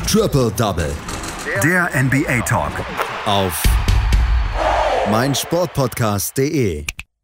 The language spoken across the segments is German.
Triple Double. Der NBA Talk. Auf meinsportpodcast.de.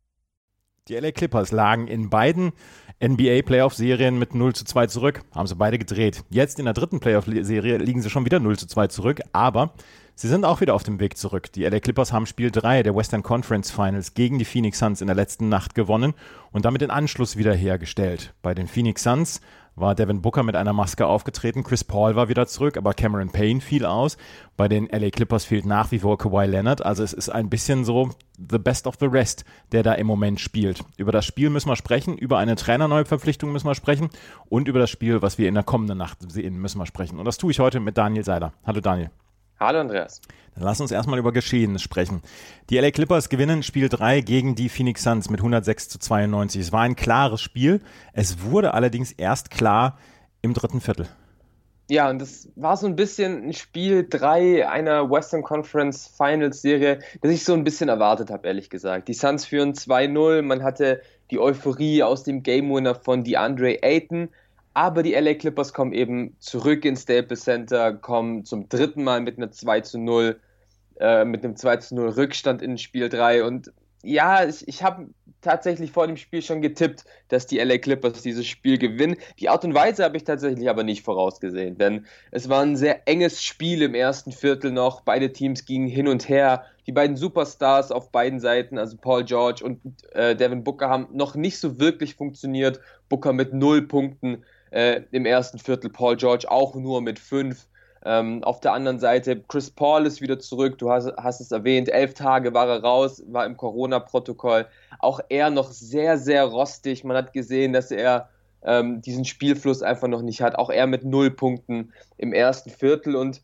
Die LA Clippers lagen in beiden NBA-Playoff-Serien mit 0:2 zurück, haben sie beide gedreht. Jetzt in der dritten Playoff-Serie liegen sie schon wieder 0:2 zurück, aber sie sind auch wieder auf dem Weg zurück. Die LA Clippers haben Spiel 3 der Western Conference Finals gegen die Phoenix Suns in der letzten Nacht gewonnen und damit den Anschluss wiederhergestellt. Bei den Phoenix Suns war Devin Booker mit einer Maske aufgetreten, Chris Paul war wieder zurück, aber Cameron Payne fiel aus. Bei den LA Clippers fehlt nach wie vor Kawhi Leonard, also es ist ein bisschen so the best of the rest, der da im Moment spielt. Über das Spiel müssen wir sprechen, über eine Trainerneuverpflichtung müssen wir sprechen und über das Spiel, was wir in der kommenden Nacht sehen, müssen wir sprechen. Und das tue ich heute mit Daniel Seiler. Hallo Daniel. Hallo Andreas. Dann lass uns erstmal über Geschehenes sprechen. Die LA Clippers gewinnen Spiel 3 gegen die Phoenix Suns mit 106:92. Es war ein klares Spiel. Es wurde allerdings erst klar im dritten Viertel. Ja, und das war so ein bisschen ein Spiel 3 einer Western Conference Finals Serie, das ich so ein bisschen erwartet habe, ehrlich gesagt. Die Suns führen 2-0, man hatte die Euphorie aus dem Game Winner von DeAndre Ayton, aber die LA Clippers kommen eben zurück ins Staples Center, kommen zum dritten Mal mit einer 2-0, mit einem 2-0 Rückstand in Spiel 3 und ja, ich habe tatsächlich vor dem Spiel schon getippt, dass die LA Clippers dieses Spiel gewinnen. Die Art und Weise habe ich tatsächlich aber nicht vorausgesehen, denn es war ein sehr enges Spiel im ersten Viertel noch. Beide Teams gingen hin und her. Die beiden Superstars auf beiden Seiten, also Paul George und Devin Booker, haben noch nicht so wirklich funktioniert. Booker mit 0 Punkten im ersten Viertel, Paul George auch nur mit 5. Auf der anderen Seite, Chris Paul ist wieder zurück, du hast es erwähnt, 11 Tage war er raus, war im Corona-Protokoll. Auch er noch sehr, sehr rostig. Man hat gesehen, dass er diesen Spielfluss einfach noch nicht hat. Auch er mit 0 Punkten im ersten Viertel. Und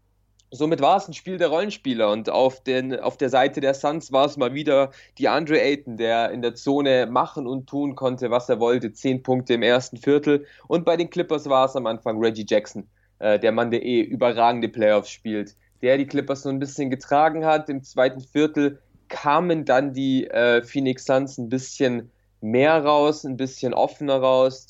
somit war es ein Spiel der Rollenspieler. Und auf der Seite der Suns war es mal wieder DeAndre Ayton, der in der Zone machen und tun konnte, was er wollte. 10 Punkte im ersten Viertel. Und bei den Clippers war es am Anfang Reggie Jackson, der Mann, der überragende Playoffs spielt, der die Clippers so ein bisschen getragen hat. Im zweiten Viertel kamen dann die Phoenix Suns ein bisschen mehr raus, ein bisschen offener raus.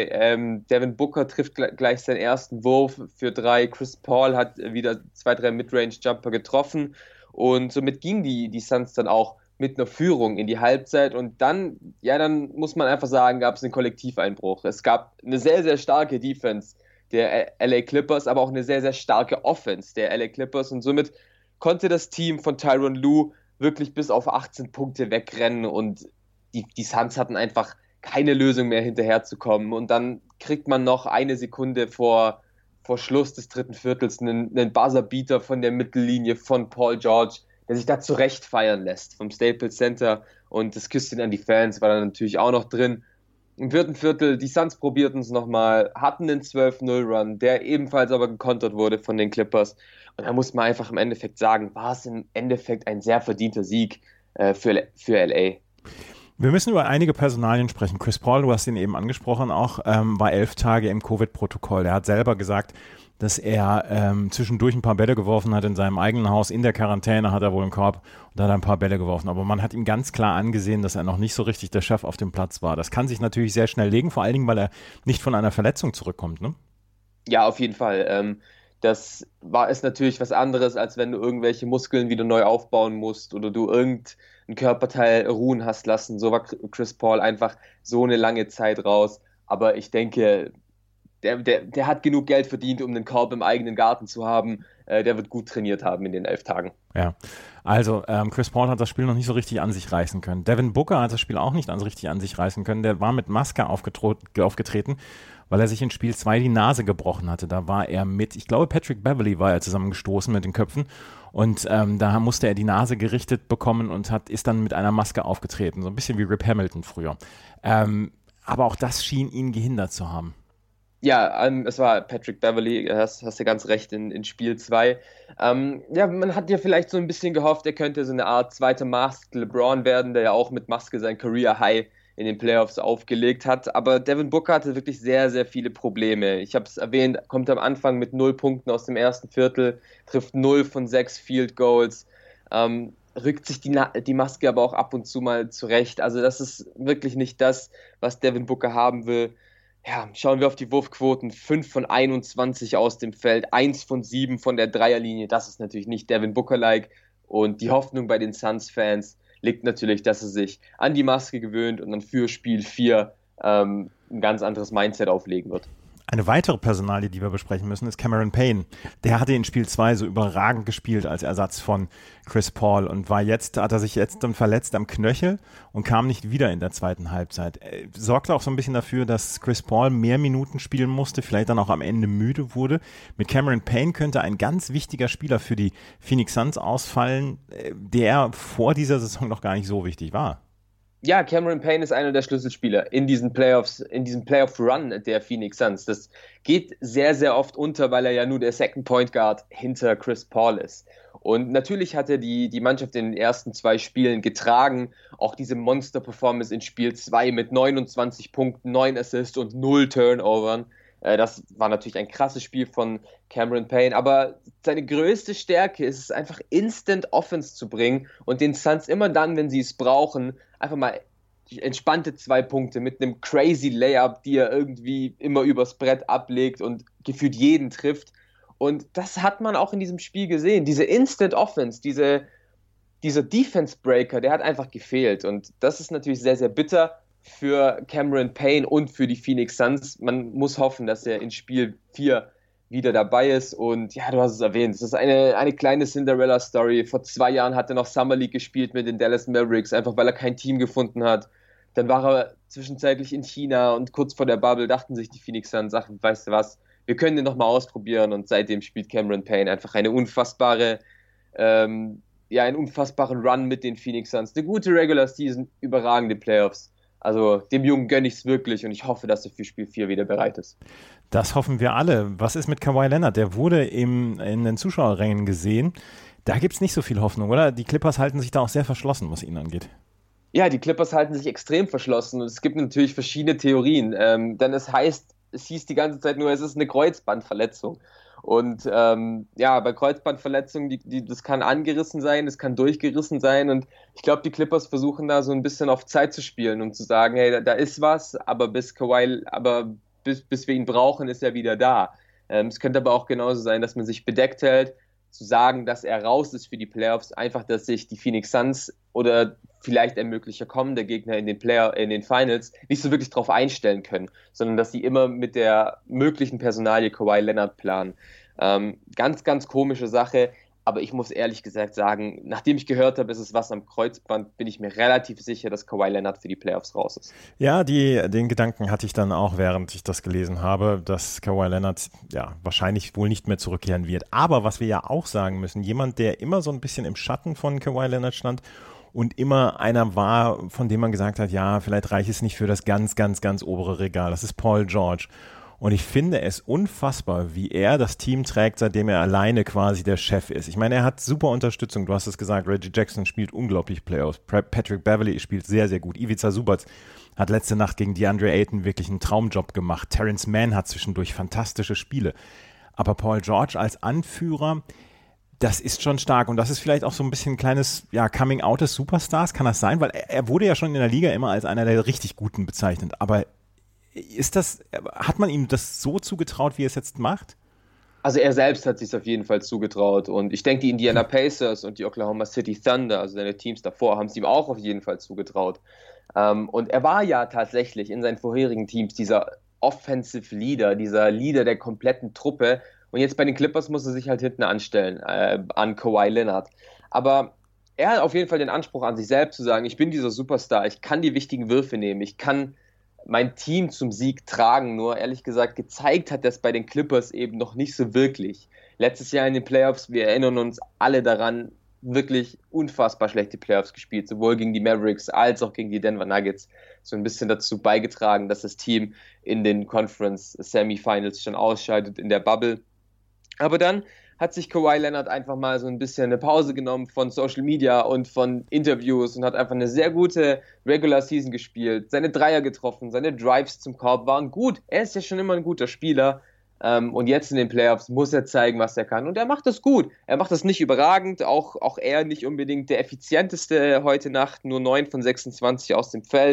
Devin Booker trifft gleich seinen ersten Wurf für 3. Chris Paul hat wieder 2-3 Midrange-Jumper getroffen und somit ging die Suns dann auch mit einer Führung in die Halbzeit und dann muss man einfach sagen, gab es einen Kollektiveinbruch. Es gab eine sehr, sehr starke Defense der LA Clippers, aber auch eine sehr, sehr starke Offense der LA Clippers und somit konnte das Team von Tyronn Lue wirklich bis auf 18 Punkte wegrennen und die Suns hatten einfach keine Lösung mehr hinterherzukommen und dann kriegt man noch eine Sekunde vor Schluss des dritten Viertels einen Buzzer-Beater von der Mittellinie von Paul George, der sich da zurecht feiern lässt vom Staples Center und das Küsschen an die Fans war dann natürlich auch noch drin. Im vierten Viertel, die Suns probierten es nochmal, hatten einen 12-0-Run, der ebenfalls aber gekontert wurde von den Clippers. Und da muss man einfach im Endeffekt sagen, war es im Endeffekt ein sehr verdienter Sieg für LA. Wir müssen über einige Personalien sprechen. Chris Paul, du hast ihn eben angesprochen, auch war 11 Tage im Covid-Protokoll. Er hat selber gesagt, dass er zwischendurch ein paar Bälle geworfen hat in seinem eigenen Haus. In der Quarantäne hat er wohl einen Korb und hat ein paar Bälle geworfen. Aber man hat ihm ganz klar angesehen, dass er noch nicht so richtig der Chef auf dem Platz war. Das kann sich natürlich sehr schnell legen, vor allen Dingen, weil er nicht von einer Verletzung zurückkommt, ne? Ja, auf jeden Fall. Das ist natürlich was anderes, als wenn du irgendwelche Muskeln wieder neu aufbauen musst oder du irgendein Körperteil ruhen hast lassen. So war Chris Paul einfach so eine lange Zeit raus. Aber ich denke, der hat genug Geld verdient, um einen Korb im eigenen Garten zu haben. Der wird gut trainiert haben in den 11 Tagen. Ja, also Chris Paul hat das Spiel noch nicht so richtig an sich reißen können. Devin Booker hat das Spiel auch nicht richtig an sich reißen können. Der war mit Maske aufgetreten, weil er sich in Spiel 2 die Nase gebrochen hatte. Da war er ich glaube Patrick Beverley war er zusammengestoßen mit den Köpfen und da musste er die Nase gerichtet bekommen und ist dann mit einer Maske aufgetreten. So ein bisschen wie Rip Hamilton früher. Aber auch das schien ihn gehindert zu haben. Ja, es war Patrick Beverley, hast du ganz recht, in Spiel 2. Man hat ja vielleicht so ein bisschen gehofft, er könnte so eine Art zweiter Masked LeBron werden, der ja auch mit Maske sein Career High in den Playoffs aufgelegt hat. Aber Devin Booker hatte wirklich sehr, sehr viele Probleme. Ich habe es erwähnt, kommt am Anfang mit 0 Punkten aus dem ersten Viertel, trifft 0 von 6 Field Goals, rückt sich die Maske aber auch ab und zu mal zurecht. Also das ist wirklich nicht das, was Devin Booker haben will. Ja, schauen wir auf die Wurfquoten. 5 von 21 aus dem Feld, 1 von 7 von der Dreierlinie. Das ist natürlich nicht Devin Booker-like. Und die Hoffnung bei den Suns-Fans liegt natürlich, dass er sich an die Maske gewöhnt und dann für Spiel 4 ein ganz anderes Mindset auflegen wird. Eine weitere Personalie, die wir besprechen müssen, ist Cameron Payne. Der hatte in Spiel 2 so überragend gespielt als Ersatz von Chris Paul und hat er sich jetzt dann verletzt am Knöchel und kam nicht wieder in der zweiten Halbzeit. Sorgte auch so ein bisschen dafür, dass Chris Paul mehr Minuten spielen musste, vielleicht dann auch am Ende müde wurde. Mit Cameron Payne könnte ein ganz wichtiger Spieler für die Phoenix Suns ausfallen, der vor dieser Saison noch gar nicht so wichtig war. Ja, Cameron Payne ist einer der Schlüsselspieler in diesen Playoffs, in diesem Playoff-Run der Phoenix Suns. Das geht sehr, sehr oft unter, weil er ja nur der Second Point Guard hinter Chris Paul ist. Und natürlich hat er die Mannschaft in den ersten 2 Spielen getragen. Auch diese Monster-Performance in Spiel 2 mit 29 Punkten, 9 Assists und 0 Turnovern. Das war natürlich ein krasses Spiel von Cameron Payne, aber seine größte Stärke ist es einfach, Instant Offense zu bringen und den Suns immer dann, wenn sie es brauchen, einfach mal entspannte 2 Punkte mit einem crazy Layup, die er irgendwie immer übers Brett ablegt und gefühlt jeden trifft. Und das hat man auch in diesem Spiel gesehen. Diese Instant Offense, dieser Defense Breaker, der hat einfach gefehlt. Und das ist natürlich sehr, sehr bitter für Cameron Payne und für die Phoenix Suns. Man muss hoffen, dass er in Spiel 4 wieder dabei ist. Und ja, du hast es erwähnt, es ist eine kleine Cinderella-Story. Vor 2 Jahren hat er noch Summer League gespielt mit den Dallas Mavericks, einfach weil er kein Team gefunden hat. Dann war er zwischenzeitlich in China und kurz vor der Bubble dachten sich die Phoenix Suns, weißt du was, wir können den nochmal ausprobieren. Und seitdem spielt Cameron Payne einfach einen unfassbaren Run mit den Phoenix Suns. Eine gute Regular Season, überragende Playoffs. Also dem Jungen gönne ich es wirklich und ich hoffe, dass er für Spiel 4 wieder bereit ist. Das hoffen wir alle. Was ist mit Kawhi Leonard? Der wurde in den Zuschauerrängen gesehen. Da gibt es nicht so viel Hoffnung, oder? Die Clippers halten sich da auch sehr verschlossen, was ihn angeht. Ja, die Clippers halten sich extrem verschlossen und es gibt natürlich verschiedene Theorien. Denn es hieß die ganze Zeit nur, es ist eine Kreuzbandverletzung. Und bei Kreuzbandverletzungen, das kann angerissen sein, das kann durchgerissen sein. Und ich glaube, die Clippers versuchen da so ein bisschen auf Zeit zu spielen, um zu sagen, hey, da ist was, aber bis wir ihn brauchen, ist er wieder da. Es könnte aber auch genauso sein, dass man sich bedeckt hält, zu sagen, dass er raus ist für die Playoffs, einfach, dass sich die Phoenix Suns oder vielleicht ein möglicher kommender Gegner in den Finals nicht so wirklich darauf einstellen können, sondern dass sie immer mit der möglichen Personalie Kawhi Leonard planen. Ganz, ganz komische Sache, aber ich muss ehrlich gesagt sagen, nachdem ich gehört habe, es ist was am Kreuzband, bin ich mir relativ sicher, dass Kawhi Leonard für die Playoffs raus ist. Ja, den Gedanken hatte ich dann auch, während ich das gelesen habe, dass Kawhi Leonard wahrscheinlich wohl nicht mehr zurückkehren wird. Aber was wir ja auch sagen müssen, jemand, der immer so ein bisschen im Schatten von Kawhi Leonard stand und immer einer war, von dem man gesagt hat, ja, vielleicht reicht es nicht für das ganz, ganz, ganz obere Regal. Das ist Paul George. Und ich finde es unfassbar, wie er das Team trägt, seitdem er alleine quasi der Chef ist. Ich meine, er hat super Unterstützung. Du hast es gesagt, Reggie Jackson spielt unglaublich Playoffs. Patrick Beverley spielt sehr, sehr gut. Ivica Zubac hat letzte Nacht gegen DeAndre Ayton wirklich einen Traumjob gemacht. Terrence Mann hat zwischendurch fantastische Spiele. Aber Paul George als Anführer, das ist schon stark. Und das ist vielleicht auch so ein bisschen ein kleines Coming-out des Superstars. Kann das sein? Weil er wurde ja schon in der Liga immer als einer der richtig Guten bezeichnet. Aber hat man ihm das so zugetraut, wie er es jetzt macht? Also er selbst hat sich auf jeden Fall zugetraut und ich denke, die Indiana Pacers und die Oklahoma City Thunder, also seine Teams davor, haben es ihm auch auf jeden Fall zugetraut. Und er war ja tatsächlich in seinen vorherigen Teams dieser Offensive Leader, dieser Leader der kompletten Truppe und jetzt bei den Clippers muss er sich halt hinten anstellen, an Kawhi Leonard. Aber er hat auf jeden Fall den Anspruch an sich selbst zu sagen, ich bin dieser Superstar, ich kann die wichtigen Würfe nehmen, ich kann mein Team zum Sieg tragen, nur ehrlich gesagt gezeigt hat das bei den Clippers eben noch nicht so wirklich. Letztes Jahr in den Playoffs, wir erinnern uns alle daran, wirklich unfassbar schlechte Playoffs gespielt, sowohl gegen die Mavericks als auch gegen die Denver Nuggets. So ein bisschen dazu beigetragen, dass das Team in den Conference Semifinals schon ausscheidet in der Bubble. Aber dann hat sich Kawhi Leonard einfach mal so ein bisschen eine Pause genommen von Social Media und von Interviews und hat einfach eine sehr gute Regular Season gespielt, seine Dreier getroffen, seine Drives zum Korb waren gut. Er ist ja schon immer ein guter Spieler und jetzt in den Playoffs muss er zeigen, was er kann und er macht das gut. Er macht das nicht überragend, auch er nicht unbedingt der effizienteste heute Nacht, nur 9 von 26 aus dem Feld.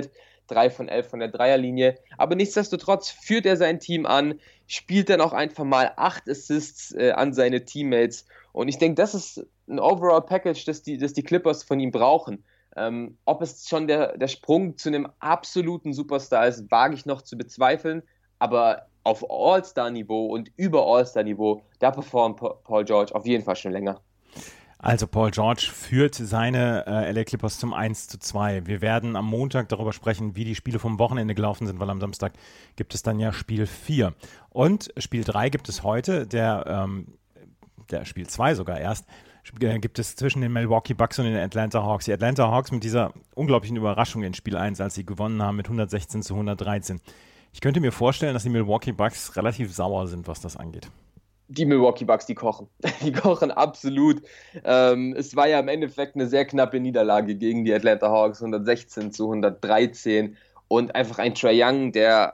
3 von 11 von der Dreierlinie. Aber nichtsdestotrotz führt er sein Team an, spielt dann auch einfach mal 8 Assists an seine Teammates. Und ich denke, das ist ein Overall-Package, das die Clippers von ihm brauchen. Ob es schon der Sprung zu einem absoluten Superstar ist, wage ich noch zu bezweifeln. Aber auf All-Star-Niveau und über All-Star-Niveau, da performt Paul George auf jeden Fall schon länger. Also Paul George führt seine LA Clippers zum 1:2. Wir werden am Montag darüber sprechen, wie die Spiele vom Wochenende gelaufen sind, weil am Samstag gibt es dann ja Spiel 4. Und Spiel 3 gibt es heute, der Spiel 2 sogar erst, gibt es zwischen den Milwaukee Bucks und den Atlanta Hawks. Die Atlanta Hawks mit dieser unglaublichen Überraschung in Spiel 1, als sie gewonnen haben mit 116-113. Ich könnte mir vorstellen, dass die Milwaukee Bucks relativ sauer sind, was das angeht. Die Milwaukee Bucks, die kochen. Die kochen absolut. Es war ja im Endeffekt eine sehr knappe Niederlage gegen die Atlanta Hawks, 116-113. Und einfach ein Trae Young,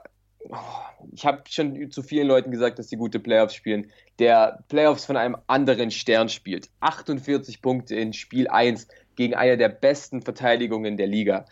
ich habe schon zu vielen Leuten gesagt, dass sie gute Playoffs spielen, der Playoffs von einem anderen Stern spielt. 48 Punkte in Spiel 1 gegen eine der besten Verteidigungen der Liga.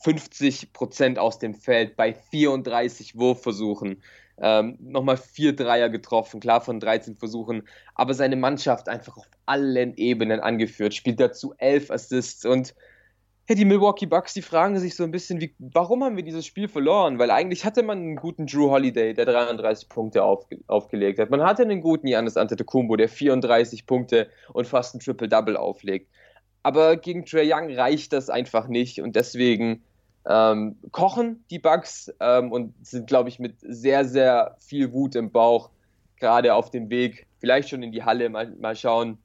50% aus dem Feld bei 34 Wurfversuchen. Nochmal 4 Dreier getroffen, klar von 13 Versuchen, aber seine Mannschaft einfach auf allen Ebenen angeführt, spielt dazu 11 Assists und die Milwaukee Bucks, die fragen sich so ein bisschen, warum haben wir dieses Spiel verloren? Weil eigentlich hatte man einen guten Drew Holiday, der 33 Punkte aufgelegt hat. Man hatte einen guten Giannis Antetokounmpo, der 34 Punkte und fast ein Triple-Double auflegt. Aber gegen Trae Young reicht das einfach nicht und deswegen kochen die Bucks und sind, glaube ich, mit sehr, sehr viel Wut im Bauch gerade auf dem Weg, vielleicht schon in die Halle, mal schauen,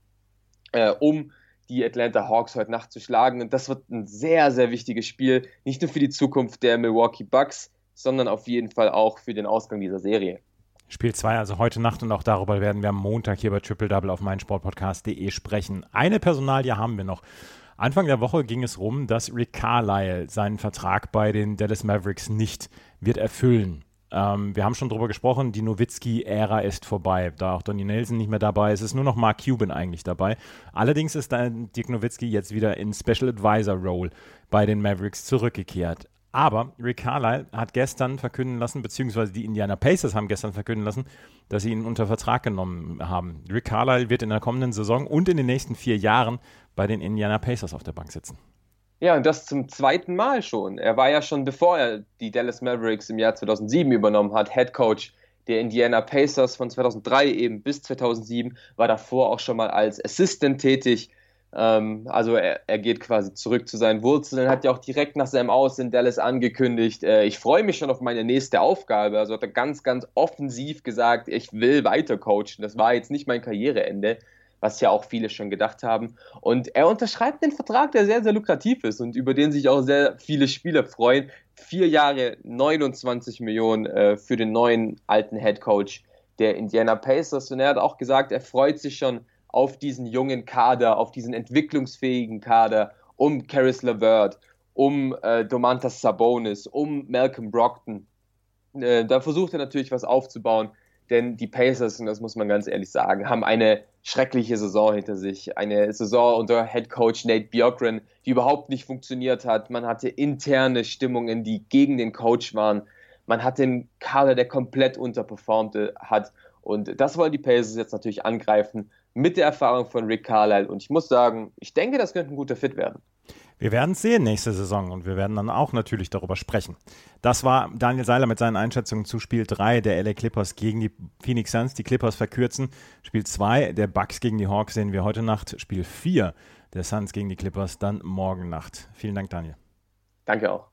um die Atlanta Hawks heute Nacht zu schlagen. Und das wird ein sehr, sehr wichtiges Spiel, nicht nur für die Zukunft der Milwaukee Bucks, sondern auf jeden Fall auch für den Ausgang dieser Serie. Spiel 2, also heute Nacht, und auch darüber werden wir am Montag hier bei Triple Double auf meinsportpodcast.de sprechen. Eine Personalie haben wir noch. Anfang der Woche ging es rum, dass Rick Carlisle seinen Vertrag bei den Dallas Mavericks nicht wird erfüllen. Wir haben schon drüber gesprochen, die Nowitzki-Ära ist vorbei, da auch Donnie Nelson nicht mehr dabei ist. Es ist nur noch Mark Cuban eigentlich dabei. Allerdings ist dann Dirk Nowitzki jetzt wieder in Special Advisor Role bei den Mavericks zurückgekehrt. Aber Rick Carlisle hat gestern verkünden lassen, beziehungsweise die Indiana Pacers haben gestern verkünden lassen, dass sie ihn unter Vertrag genommen haben. Rick Carlisle wird in der kommenden Saison und in den nächsten 4 Jahren bei den Indiana Pacers auf der Bank sitzen. Ja, und das zum 2. Mal schon. Er war ja schon, bevor er die Dallas Mavericks im Jahr 2007 übernommen hat, Head Coach der Indiana Pacers von 2003 eben bis 2007, war davor auch schon mal als Assistant tätig. Also er geht quasi zurück zu seinen Wurzeln, hat ja auch direkt nach seinem Aus in Dallas angekündigt, ich freue mich schon auf meine nächste Aufgabe. Also hat er ganz, ganz offensiv gesagt, ich will weiter coachen. Das war jetzt nicht mein Karriereende, was ja auch viele schon gedacht haben. Und er unterschreibt den Vertrag, der sehr, sehr lukrativ ist und über den sich auch sehr viele Spieler freuen. 4 Jahre, 29 Millionen für den neuen alten Headcoach der Indiana Pacers. Und er hat auch gesagt, er freut sich schon auf diesen jungen Kader, auf diesen entwicklungsfähigen Kader um Caris LeVert, um Domantas Sabonis, um Malcolm Brogdon. Da versucht er natürlich was aufzubauen, denn die Pacers, und das muss man ganz ehrlich sagen, haben eine schreckliche Saison hinter sich. Eine Saison unter Headcoach Nate Bjorkgren, die überhaupt nicht funktioniert hat. Man hatte interne Stimmungen, die gegen den Coach waren. Man hat den Kader, der komplett unterperformt hat. Und das wollen die Pacers jetzt natürlich angreifen mit der Erfahrung von Rick Carlisle. Und ich muss sagen, ich denke, das könnte ein guter Fit werden. Wir werden es sehen nächste Saison und wir werden dann auch natürlich darüber sprechen. Das war Daniel Seiler mit seinen Einschätzungen zu Spiel 3 der LA Clippers gegen die Phoenix Suns. Die Clippers verkürzen. Spiel 2 der Bucks gegen die Hawks sehen wir heute Nacht. Spiel 4 der Suns gegen die Clippers dann morgen Nacht. Vielen Dank, Daniel. Danke auch.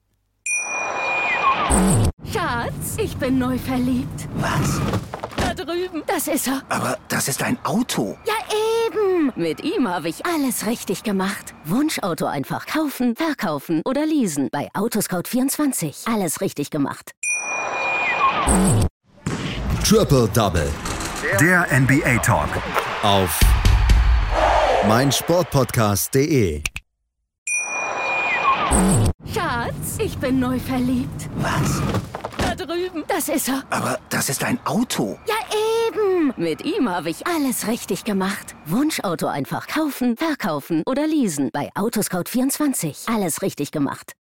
Schatz, ich bin neu verliebt. Was? Da drüben. Das ist er. Aber das ist ein Auto. Ja, eben. Mit ihm habe ich alles richtig gemacht. Wunschauto einfach kaufen, verkaufen oder leasen. Bei Autoscout24. Alles richtig gemacht. Triple Double. Der NBA Talk. Auf meinsportpodcast.de. Schatz, ich bin neu verliebt. Was? Da drüben. Das ist er. Aber das ist ein Auto. Ja, eben. Mit ihm habe ich alles richtig gemacht. Wunschauto einfach kaufen, verkaufen oder leasen. Bei Autoscout24. Alles richtig gemacht.